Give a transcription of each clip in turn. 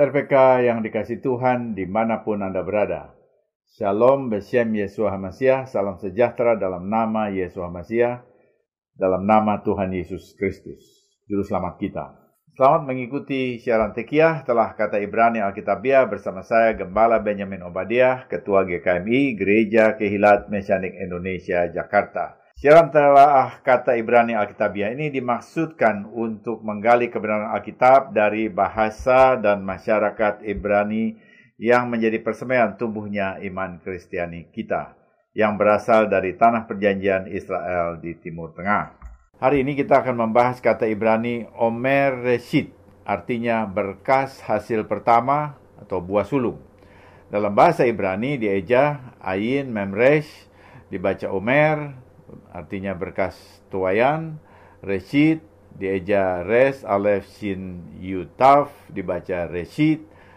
RPK yang dikasih Tuhan dimanapun Anda berada. Shalom, Beshem Yeshua HaMashiach, salam sejahtera dalam nama Yeshua HaMashiach, dalam nama Tuhan Yesus Kristus, Juru Selamat kita. Selamat mengikuti siaran Tekiyah telah kata Ibrani Alkitabiah bersama saya Gembala Benjamin Obadiah, Ketua GKMI Gereja Kehilat Mesianik Indonesia Jakarta. Siaran telah kata Ibrani Alkitabiah ini dimaksudkan untuk menggali kebenaran Alkitab dari bahasa dan masyarakat Ibrani yang menjadi persemaian tumbuhnya iman Kristiani kita yang berasal dari tanah perjanjian Israel di Timur Tengah. Hari ini kita akan membahas kata Ibrani Omer Reshit, artinya berkas hasil pertama atau buah sulung. Dalam bahasa Ibrani dieja Ayin Memresh, dibaca Omer, artinya berkas tuayan. Reshit dieja Res Alef Shin Yutaf, dibaca Reshit,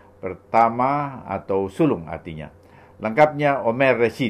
pertama atau sulung artinya. Lengkapnya Omer Reshit.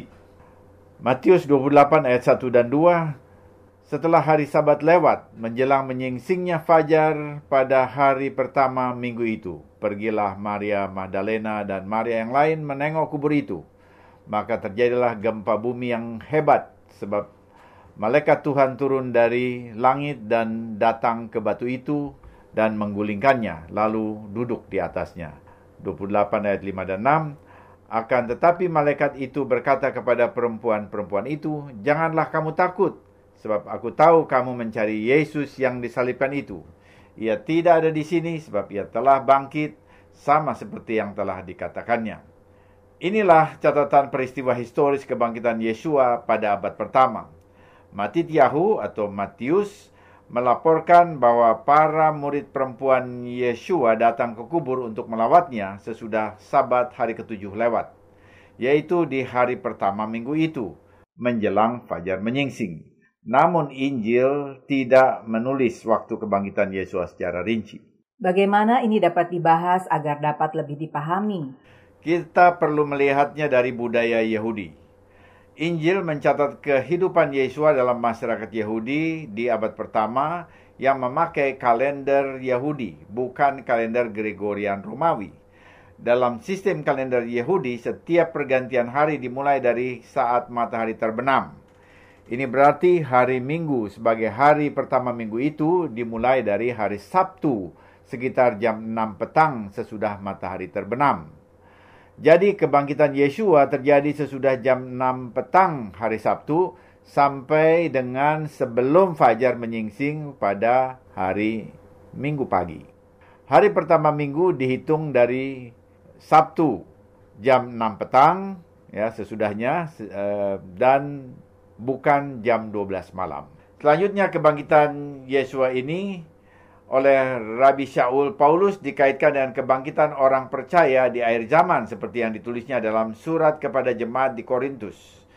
Matius 28 ayat 1 dan 2. Setelah hari Sabat lewat, menjelang menyingsingnya fajar pada hari pertama minggu itu, pergilah Maria Magdalena dan Maria yang lain menengok kubur itu. Maka terjadilah gempa bumi yang hebat, sebab malaikat Tuhan turun dari langit dan datang ke batu itu dan menggulingkannya, lalu duduk di atasnya. 28 ayat 5 dan 6. Akan tetapi malaikat itu berkata kepada perempuan-perempuan itu, "Janganlah kamu takut, sebab aku tahu kamu mencari Yesus yang disalibkan itu. Ia tidak ada di sini, sebab ia telah bangkit, sama seperti yang telah dikatakannya." Inilah catatan peristiwa historis kebangkitan Yeshua pada abad pertama. Matityahu atau Matius melaporkan bahwa para murid perempuan Yeshua datang ke kubur untuk melawatnya sesudah Sabat hari ke-7 lewat, yaitu di hari pertama minggu itu, menjelang fajar menyingsing. Namun Injil tidak menulis waktu kebangkitan Yeshua secara rinci. Bagaimana ini dapat dibahas agar dapat lebih dipahami? Kita perlu melihatnya dari budaya Yahudi. Injil mencatat kehidupan Yeshua dalam masyarakat Yahudi di abad pertama yang memakai kalender Yahudi, bukan kalender Gregorian Romawi. Dalam sistem kalender Yahudi, setiap pergantian hari dimulai dari saat matahari terbenam. Ini berarti hari Minggu sebagai hari pertama minggu itu dimulai dari hari Sabtu sekitar jam 6 petang sesudah matahari terbenam. Jadi kebangkitan Yeshua terjadi sesudah jam 6 petang hari Sabtu sampai dengan sebelum fajar menyingsing pada hari Minggu pagi. Hari pertama minggu dihitung dari Sabtu jam 6 petang ya sesudahnya dan bukan jam 12 malam. Selanjutnya kebangkitan Yeshua ini oleh Rabi Shaul Paulus dikaitkan dengan kebangkitan orang percaya di akhir zaman seperti yang ditulisnya dalam surat kepada jemaat di Korintus.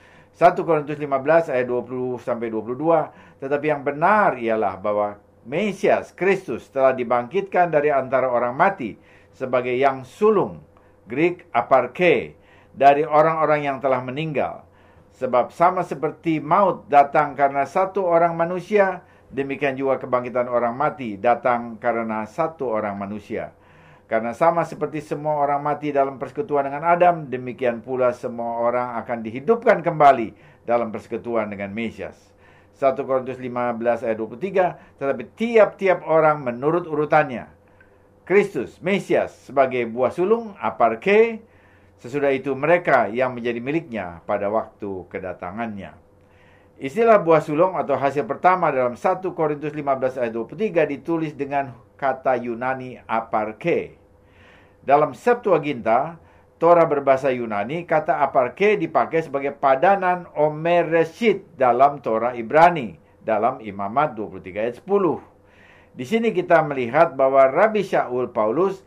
1 Korintus 15 ayat 20-22. Tetapi yang benar ialah bahwa Mesias Kristus telah dibangkitkan dari antara orang mati sebagai yang sulung, Greek aparke, dari orang-orang yang telah meninggal. Sebab sama seperti maut datang karena satu orang manusia, demikian juga kebangkitan orang mati datang karena satu orang manusia. Karena sama seperti semua orang mati dalam persekutuan dengan Adam, demikian pula semua orang akan dihidupkan kembali dalam persekutuan dengan Mesias. 1 Korintus 15 ayat 23, tetapi tiap-tiap orang menurut urutannya. Kristus, Mesias sebagai buah sulung, aparke, sesudah itu mereka yang menjadi miliknya pada waktu kedatangannya. Istilah buah sulung atau hasil pertama dalam 1 Korintus 15 ayat 23 ditulis dengan kata Yunani aparke. Dalam Septuaginta, Torah berbahasa Yunani, kata aparke dipakai sebagai padanan Omer Reshit dalam Torah Ibrani, dalam Imamat 23 ayat 10. Di sini kita melihat bahwa Rabi Shaul Paulus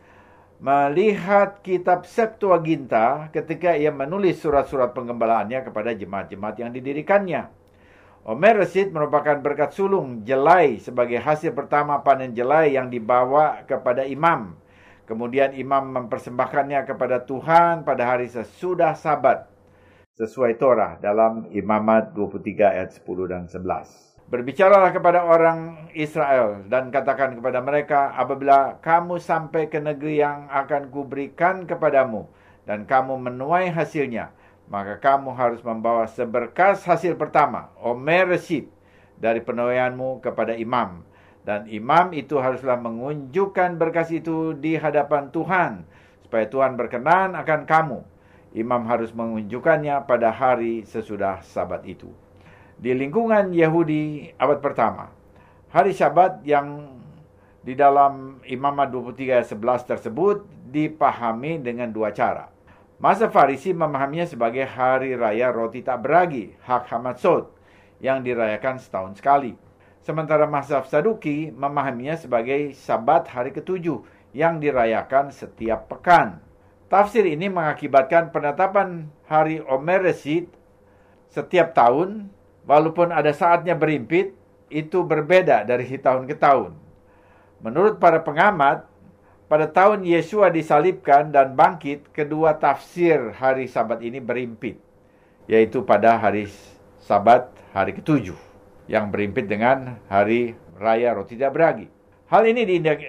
melihat kitab Septuaginta ketika ia menulis surat-surat penggembalaannya kepada jemaat-jemaat yang didirikannya. Omer Reshit merupakan berkat sulung jelai sebagai hasil pertama panen jelai yang dibawa kepada imam. Kemudian imam mempersembahkannya kepada Tuhan pada hari sesudah Sabat sesuai Torah dalam Imamat 23 ayat 10 dan 11. Berbicaralah kepada orang Israel dan katakan kepada mereka, apabila kamu sampai ke negeri yang akan kuberikan kepadamu dan kamu menuai hasilnya, maka kamu harus membawa seberkas hasil pertama, omer reshit, dari penuaianmu kepada imam. Dan imam itu haruslah mengunjukkan berkas itu di hadapan Tuhan, supaya Tuhan berkenan akan kamu. Imam harus mengunjukkannya pada hari sesudah Sabat itu. Di lingkungan Yahudi abad pertama, hari Sabat yang di dalam Imamat 23 ayat 11 tersebut dipahami dengan dua cara. Mazhab Farisi memahaminya sebagai hari raya roti tak beragi, Hag Hamatzot, yang dirayakan setahun sekali. Sementara mazhab Saduki memahaminya sebagai Sabat hari ketujuh, yang dirayakan setiap pekan. Tafsir ini mengakibatkan penetapan hari Omer Reshit setiap tahun, walaupun ada saatnya berimpit, itu berbeda dari tahun ke tahun. Menurut para pengamat, pada tahun Yesua disalibkan dan bangkit, kedua tafsir hari Sabat ini berimpit, yaitu pada hari Sabat hari ketujuh, yang berimpit dengan hari Raya Roti Tidak Beragi. Hal ini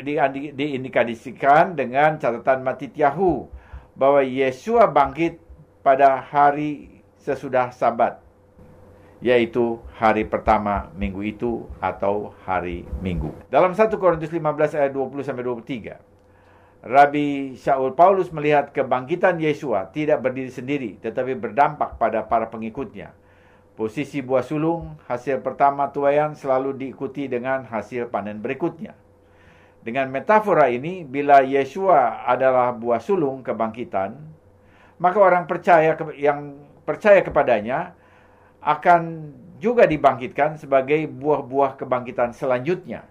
diindikasikan dengan catatan Matityahu, bahwa Yesua bangkit pada hari sesudah Sabat, yaitu hari pertama minggu itu atau hari Minggu. Dalam 1 Korintus 15 ayat 20-23, Rabi Shaul Paulus melihat kebangkitan Yesua tidak berdiri sendiri, tetapi berdampak pada para pengikutnya. Posisi buah sulung, hasil pertama tuaian selalu diikuti dengan hasil panen berikutnya. Dengan metafora ini, bila Yesua adalah buah sulung kebangkitan, maka orang yang percaya kepadanya akan juga dibangkitkan sebagai buah-buah kebangkitan selanjutnya.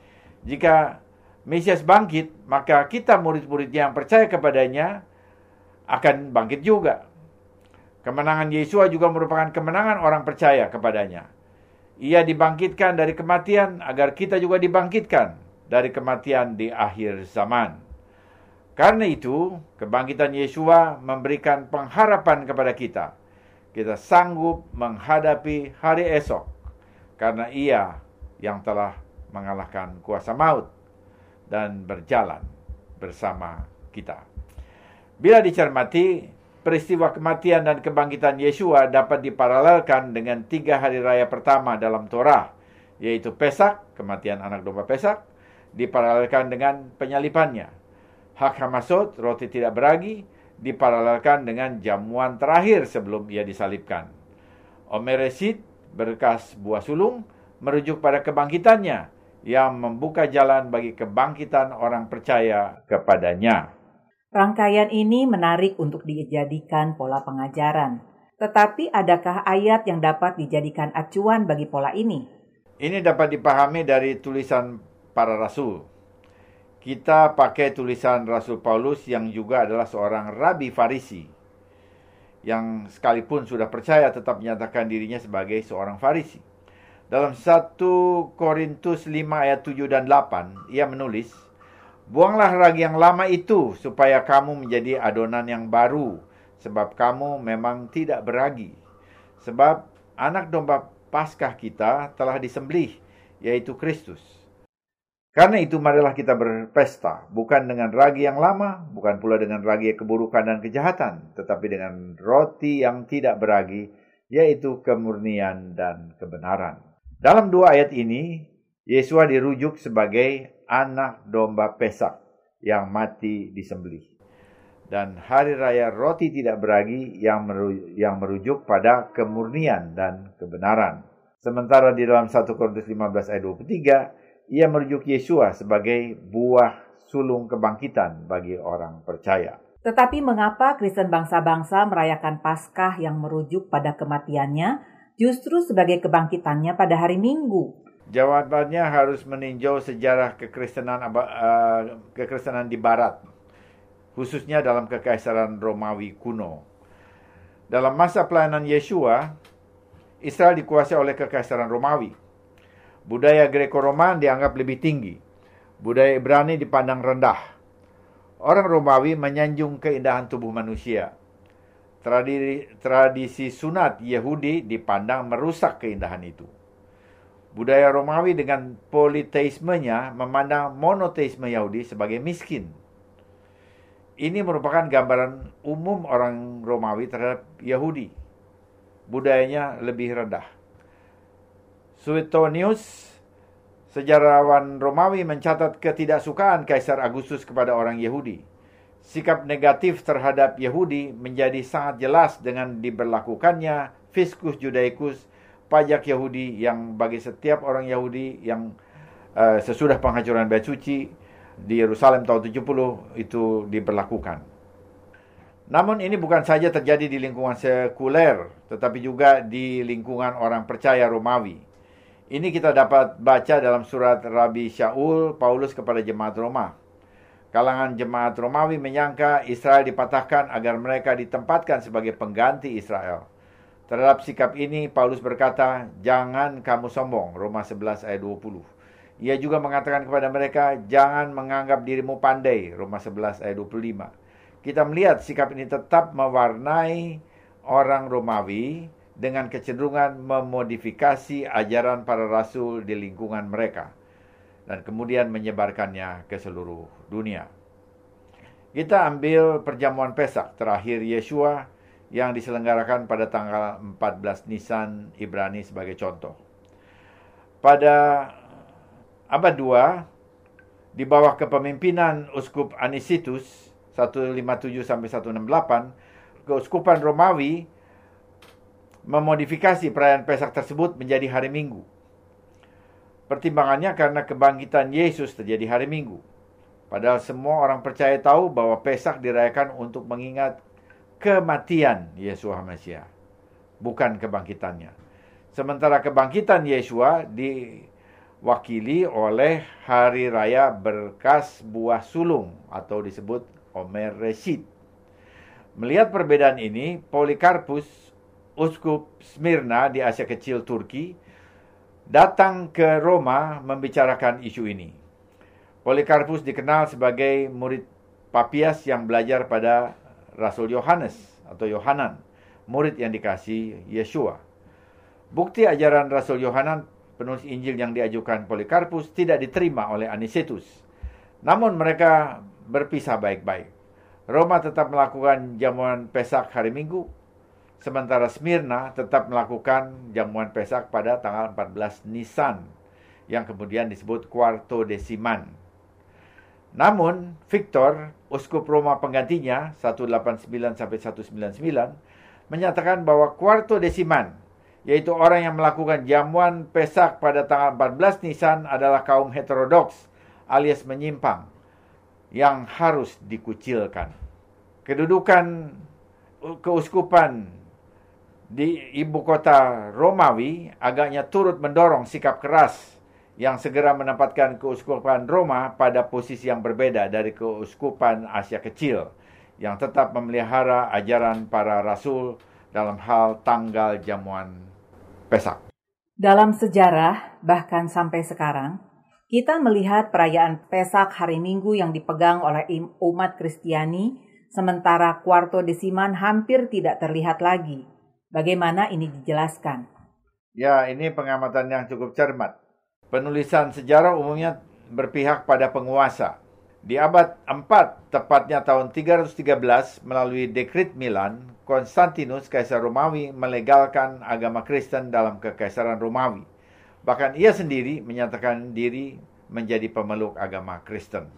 Jika Mesias bangkit, maka kita murid-muridnya yang percaya kepadanya akan bangkit juga. Kemenangan Yesua juga merupakan kemenangan orang percaya kepadanya. Ia dibangkitkan dari kematian agar kita juga dibangkitkan dari kematian di akhir zaman. Karena itu, kebangkitan Yesua memberikan pengharapan kepada kita. Kita sanggup menghadapi hari esok, karena Ia yang telah mengalahkan kuasa maut dan berjalan bersama kita. Bila dicermati, peristiwa kematian dan kebangkitan Yesua dapat diparalelkan dengan 3 hari raya pertama dalam Torah, yaitu Pesak, kematian anak domba Pesak, diparalelkan dengan penyalipannya. Hag Hamatzot, roti tidak beragi, diparalelkan dengan jamuan terakhir sebelum ia disalibkan. Omer Reshit, berkas buah sulung, merujuk pada kebangkitannya, yang membuka jalan bagi kebangkitan orang percaya kepadanya. Rangkaian ini menarik untuk dijadikan pola pengajaran. Tetapi adakah ayat yang dapat dijadikan acuan bagi pola ini? Ini dapat dipahami dari tulisan para rasul. Kita pakai tulisan Rasul Paulus yang juga adalah seorang rabi Farisi, yang sekalipun sudah percaya tetap menyatakan dirinya sebagai seorang Farisi. Dalam 1 Korintus 5 ayat 7 dan 8, ia menulis, "Buanglah ragi yang lama itu, supaya kamu menjadi adonan yang baru, sebab kamu memang tidak beragi. Sebab anak domba Paskah kita telah disembelih, yaitu Kristus. Karena itu marilah kita berpesta, bukan dengan ragi yang lama, bukan pula dengan ragi keburukan dan kejahatan, tetapi dengan roti yang tidak beragi, yaitu kemurnian dan kebenaran." Dalam 2 ayat ini, Yesua dirujuk sebagai anak domba Pesak yang mati disembelih. Dan hari raya roti tidak beragi yang merujuk pada kemurnian dan kebenaran. Sementara di dalam 1 Korintus 15 ayat 23, ia merujuk Yesua sebagai buah sulung kebangkitan bagi orang percaya. Tetapi mengapa Kristen bangsa-bangsa merayakan Paskah yang merujuk pada kematiannya justru sebagai kebangkitannya pada hari Minggu? Jawabannya harus meninjau sejarah kekristenan di Barat, khususnya dalam Kekaisaran Romawi kuno. Dalam masa pelayanan Yesua, Israel dikuasai oleh Kekaisaran Romawi. Budaya Greko-Roman dianggap lebih tinggi. Budaya Ibrani dipandang rendah. Orang Romawi menyanjung keindahan tubuh manusia. Tradisi sunat Yahudi dipandang merusak keindahan itu. Budaya Romawi dengan politeismenya memandang monoteisme Yahudi sebagai miskin. Ini merupakan gambaran umum orang Romawi terhadap Yahudi. Budayanya lebih rendah. Suetonius, sejarawan Romawi, mencatat ketidaksukaan Kaisar Agustus kepada orang Yahudi. Sikap negatif terhadap Yahudi menjadi sangat jelas dengan diberlakukannya Fiscus Judaicus, pajak Yahudi yang bagi setiap orang Yahudi yang sesudah penghancuran Bait Suci di Yerusalem tahun 70 itu diberlakukan. Namun ini bukan saja terjadi di lingkungan sekuler, tetapi juga di lingkungan orang percaya Romawi. Ini kita dapat baca dalam surat Rabi Shaul Paulus kepada jemaat Roma. Kalangan jemaat Romawi menyangka Israel dipatahkan agar mereka ditempatkan sebagai pengganti Israel. Terhadap sikap ini, Paulus berkata, "Jangan kamu sombong," Roma 11 ayat 20. Ia juga mengatakan kepada mereka, "Jangan menganggap dirimu pandai," Roma 11 ayat 25. Kita melihat sikap ini tetap mewarnai orang Romawi dengan kecenderungan memodifikasi ajaran para rasul di lingkungan mereka dan kemudian menyebarkannya ke seluruh dunia. Kita ambil perjamuan Pesak terakhir Yeshua yang diselenggarakan pada tanggal 14 Nisan Ibrani sebagai contoh. Pada abad 2, di bawah kepemimpinan Uskup Anisitus 157-168, keuskupan Romawi memodifikasi perayaan Pesak tersebut menjadi hari Minggu. Pertimbangannya karena kebangkitan Yesus terjadi hari Minggu. Padahal semua orang percaya tahu bahwa Pesak dirayakan untuk mengingat kematian Yeshua HaMashiach, bukan kebangkitannya. Sementara kebangkitan Yeshua diwakili oleh hari raya berkas buah sulung atau disebut Omer Reshit. Melihat perbedaan ini, Polikarpus, uskup Smyrna di Asia Kecil Turki, datang ke Roma membicarakan isu ini. Polikarpus dikenal sebagai murid Papias yang belajar pada Rasul Yohanes atau Yohanan, murid yang dikasih Yeshua. Bukti ajaran Rasul Yohanan, penulis Injil yang diajukan Polikarpus, tidak diterima oleh Anicetus. Namun mereka berpisah baik-baik. Roma tetap melakukan jamuan Pesak hari Minggu, sementara Smyrna tetap melakukan jamuan Pesak pada tanggal 14 Nisan, yang kemudian disebut Quartodeciman. Namun, Victor, uskup Roma penggantinya, 189-199, menyatakan bahwa Quartodeciman, yaitu orang yang melakukan jamuan Pesak pada tanggal 14 Nisan adalah kaum heterodoks, alias menyimpang, yang harus dikucilkan. Kedudukan keuskupan di ibu kota Romawi agaknya turut mendorong sikap keras yang segera menempatkan keuskupan Roma pada posisi yang berbeda dari keuskupan Asia Kecil yang tetap memelihara ajaran para rasul dalam hal tanggal jamuan Pesak. Dalam sejarah, bahkan sampai sekarang, kita melihat perayaan Pesak hari Minggu yang dipegang oleh umat Kristiani, sementara Quartodeciman hampir tidak terlihat lagi. Bagaimana ini dijelaskan? Ya, ini pengamatan yang cukup cermat. Penulisan sejarah umumnya berpihak pada penguasa. Di abad 4, tepatnya tahun 313, melalui Dekret Milan, Konstantinus, Kaisar Romawi, melegalkan agama Kristen dalam Kekaisaran Romawi. Bahkan ia sendiri menyatakan diri menjadi pemeluk agama Kristen.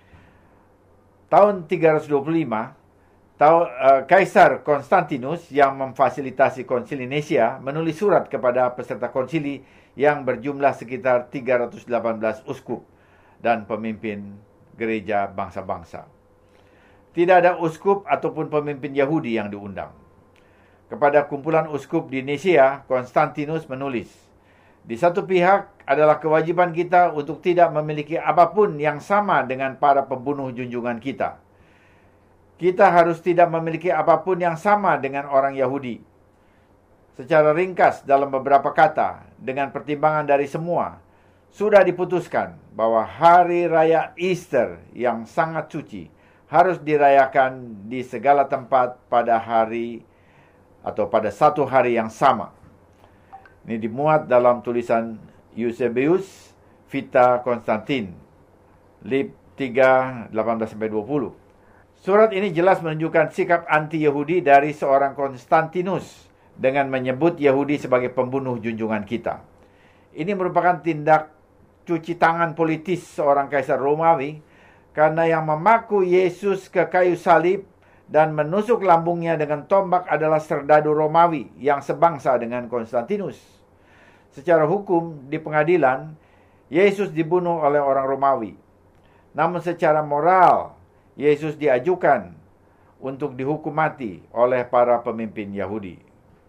Tahun 325, Kaisar Konstantinus yang memfasilitasi konsili Nicea menulis surat kepada peserta konsili yang berjumlah sekitar 318 uskup dan pemimpin gereja bangsa-bangsa. Tidak ada uskup ataupun pemimpin Yahudi yang diundang. Kepada kumpulan uskup di Nicea, Konstantinus menulis, "Di satu pihak adalah kewajiban kita untuk tidak memiliki apapun yang sama dengan para pembunuh junjungan kita. Kita harus tidak memiliki apapun yang sama dengan orang Yahudi. Secara ringkas dalam beberapa kata, dengan pertimbangan dari semua, sudah diputuskan bahwa hari raya Easter yang sangat suci harus dirayakan di segala tempat pada hari atau pada satu hari yang sama." Ini dimuat dalam tulisan Eusebius Vita Konstantin, Lib 3, 18-20. Surat ini jelas menunjukkan sikap anti-Yahudi dari seorang Konstantinus dengan menyebut Yahudi sebagai pembunuh junjungan kita. Ini merupakan tindak cuci tangan politis seorang kaisar Romawi karena yang memaku Yesus ke kayu salib dan menusuk lambungnya dengan tombak adalah serdadu Romawi yang sebangsa dengan Konstantinus. Secara hukum di pengadilan, Yesus dibunuh oleh orang Romawi. Namun secara moral, Yesus diajukan untuk dihukum mati oleh para pemimpin Yahudi.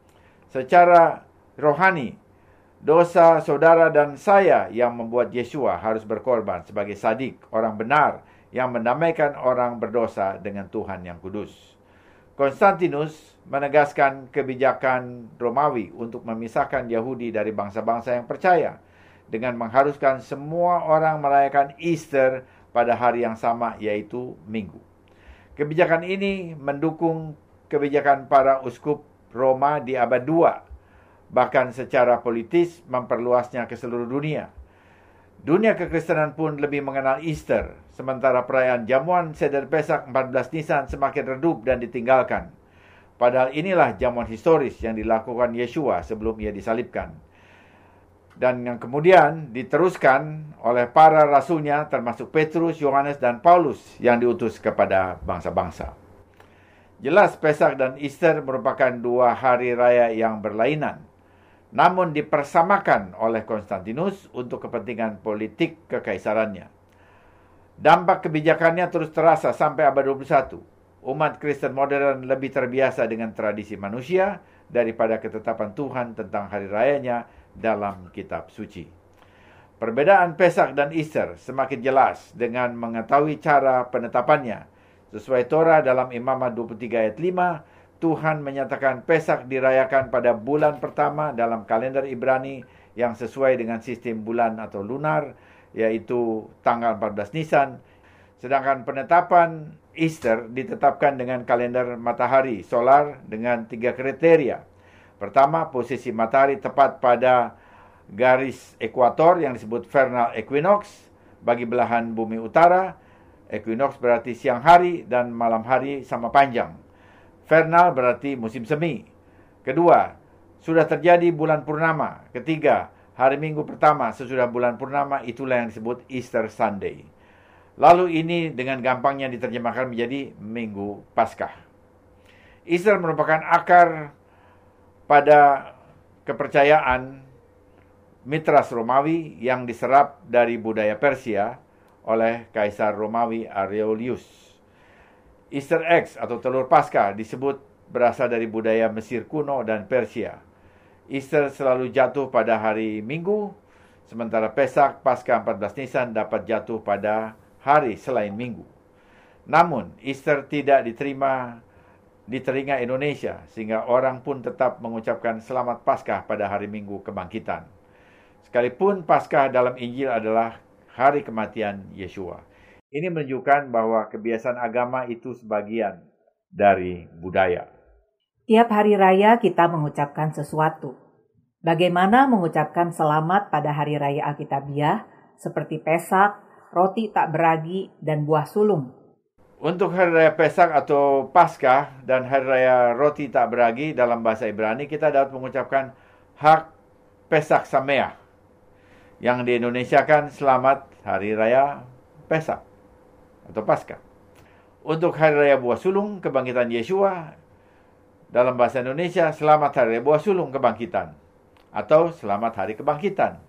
Secara rohani, dosa saudara dan saya yang membuat Yeshua harus berkorban sebagai sadik, orang benar yang mendamaikan orang berdosa dengan Tuhan yang kudus. Konstantinus menegaskan kebijakan Romawi untuk memisahkan Yahudi dari bangsa-bangsa yang percaya dengan mengharuskan semua orang merayakan Easter pada hari yang sama, yaitu Minggu. Kebijakan ini mendukung kebijakan para uskup Roma di abad 2, bahkan secara politis memperluasnya ke seluruh dunia. Dunia kekristenan pun lebih mengenal Easter, sementara perayaan jamuan Seder Pesak 14 Nisan semakin redup dan ditinggalkan. Padahal inilah jamuan historis yang dilakukan Yeshua sebelum ia disalibkan, dan yang kemudian diteruskan oleh para rasulnya termasuk Petrus, Yohanes, dan Paulus yang diutus kepada bangsa-bangsa. Jelas Pesak dan Easter merupakan dua hari raya yang berlainan, namun dipersamakan oleh Konstantinus untuk kepentingan politik kekaisarannya. Dampak kebijakannya terus terasa sampai abad 21. Umat Kristen modern lebih terbiasa dengan tradisi manusia daripada ketetapan Tuhan tentang hari rayanya dalam kitab suci. Perbedaan Pesak dan Easter semakin jelas dengan mengetahui cara penetapannya. Sesuai Torah dalam Imamat 23 ayat 5, Tuhan menyatakan Pesak dirayakan pada bulan pertama dalam kalender Ibrani yang sesuai dengan sistem bulan atau lunar, yaitu tanggal 14 Nisan. Sedangkan penetapan Easter ditetapkan dengan kalender matahari solar dengan 3 kriteria. Pertama, posisi matahari tepat pada garis ekuator yang disebut vernal equinox bagi belahan bumi utara. Equinox berarti siang hari dan malam hari sama panjang. Vernal berarti musim semi. Kedua, sudah terjadi bulan purnama. Ketiga, hari Minggu pertama sesudah bulan purnama, itulah yang disebut Easter Sunday. Lalu ini dengan gampangnya diterjemahkan menjadi Minggu Paskah. Easter merupakan akar pada kepercayaan Mitras Romawi yang diserap dari budaya Persia oleh Kaisar Romawi Aurelius. Easter eggs atau telur Paskah disebut berasal dari budaya Mesir kuno dan Persia. Easter selalu jatuh pada hari Minggu, sementara Pesak Paskah 14 Nisan dapat jatuh pada hari selain Minggu. Namun, Easter tidak diterima di telinga Indonesia, sehingga orang pun tetap mengucapkan Selamat Paskah pada hari Minggu Kebangkitan. Sekalipun Paskah dalam Injil adalah hari kematian Yeshua. Ini menunjukkan bahwa kebiasaan agama itu sebagian dari budaya. Tiap hari raya kita mengucapkan sesuatu. Bagaimana mengucapkan selamat pada hari raya Alkitabiah seperti Pesak, roti tak beragi, dan buah sulung? Untuk hari raya Pesak atau Paskah dan hari raya roti tak beragi dalam bahasa Ibrani, kita dapat mengucapkan Hak Pesak Sameach, yang diindonesiakan Selamat Hari Raya Pesak atau Paskah. Untuk hari raya buah sulung kebangkitan Yeshua, dalam bahasa Indonesia Selamat Hari Raya Buah Sulung Kebangkitan atau Selamat Hari Kebangkitan.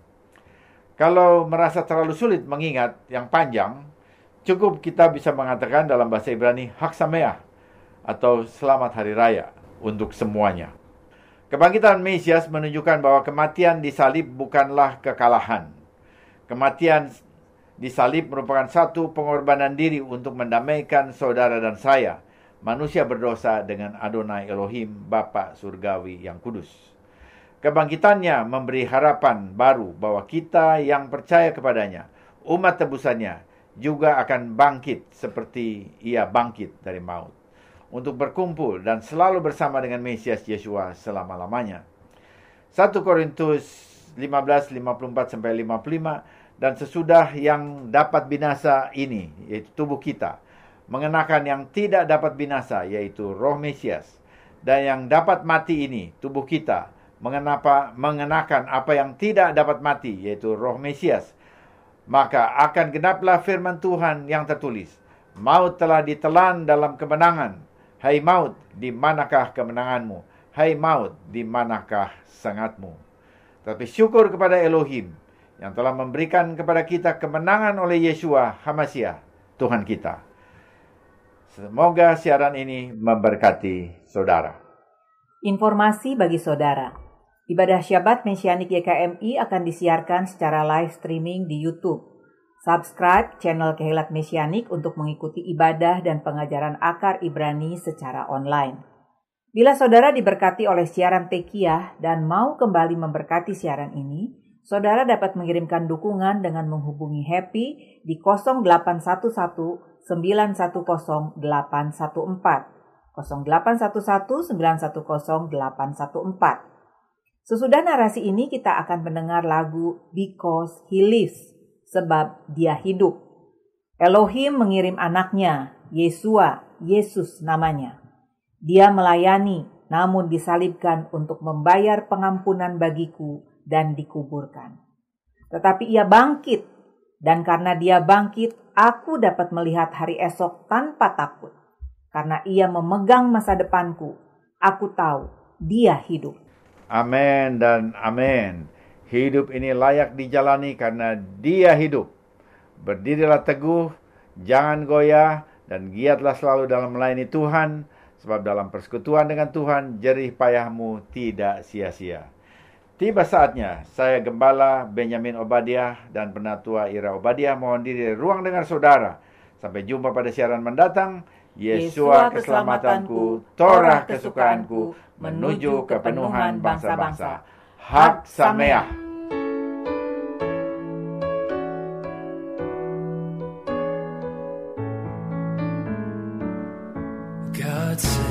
Kalau merasa terlalu sulit mengingat yang panjang, cukup kita bisa mengatakan dalam bahasa Ibrani Hak Sameach atau Selamat Hari Raya untuk semuanya. Kebangkitan Mesias menunjukkan bahwa kematian di salib bukanlah kekalahan. Kematian di salib merupakan satu pengorbanan diri untuk mendamaikan saudara dan saya, manusia berdosa, dengan Adonai Elohim, Bapa Surgawi yang kudus. Kebangkitannya memberi harapan baru bahwa kita yang percaya kepadanya, umat tebusannya, juga akan bangkit seperti ia bangkit dari maut, untuk berkumpul dan selalu bersama dengan Mesias Yeshua selama-lamanya. 1 Korintus 15:54-55, dan sesudah yang dapat binasa ini, yaitu tubuh kita, mengenakan yang tidak dapat binasa, yaitu roh Mesias, dan yang dapat mati ini, tubuh kita, mengenakan apa yang tidak dapat mati, yaitu roh Mesias, maka akan genaplah firman Tuhan yang tertulis, maut telah ditelan dalam kemenangan. Hai maut, di manakah kemenanganmu? Hai maut, di manakah sengatmu? Tapi syukur kepada Elohim yang telah memberikan kepada kita kemenangan oleh Yeshua HaMashiach, Tuhan kita. Semoga siaran ini memberkati saudara. Informasi bagi saudara. Ibadah Syabat Mesianik YKMI akan disiarkan secara live streaming di YouTube. Subscribe channel Kehelat Mesianik untuk mengikuti ibadah dan pengajaran akar Ibrani secara online. Bila saudara diberkati oleh siaran Tekiyah dan mau kembali memberkati siaran ini, saudara dapat mengirimkan dukungan dengan menghubungi Happy di 0811-910-814, 0811-910-814. Sesudah narasi ini kita akan mendengar lagu Because He Lives, sebab Dia hidup. Elohim mengirim anaknya, Yeshua, Yesus namanya. Dia melayani, namun disalibkan untuk membayar pengampunan bagiku dan dikuburkan. Tetapi ia bangkit, dan karena dia bangkit, aku dapat melihat hari esok tanpa takut. Karena ia memegang masa depanku, aku tahu dia hidup. Amin dan amin. Hidup ini layak dijalani karena dia hidup. Berdirilah teguh, jangan goyah, dan giatlah selalu dalam melayani Tuhan, sebab dalam persekutuan dengan Tuhan, jerih payahmu tidak sia-sia. Tiba saatnya, saya Gembala Benyamin Obadiah dan Penatua Ira Obadiah mohon diri dari ruang dengar saudara. Sampai jumpa pada siaran mendatang. Yeshua keselamatanku, Torah kesukaanku, menuju kepenuhan bangsa-bangsa. Hak Sameah. God said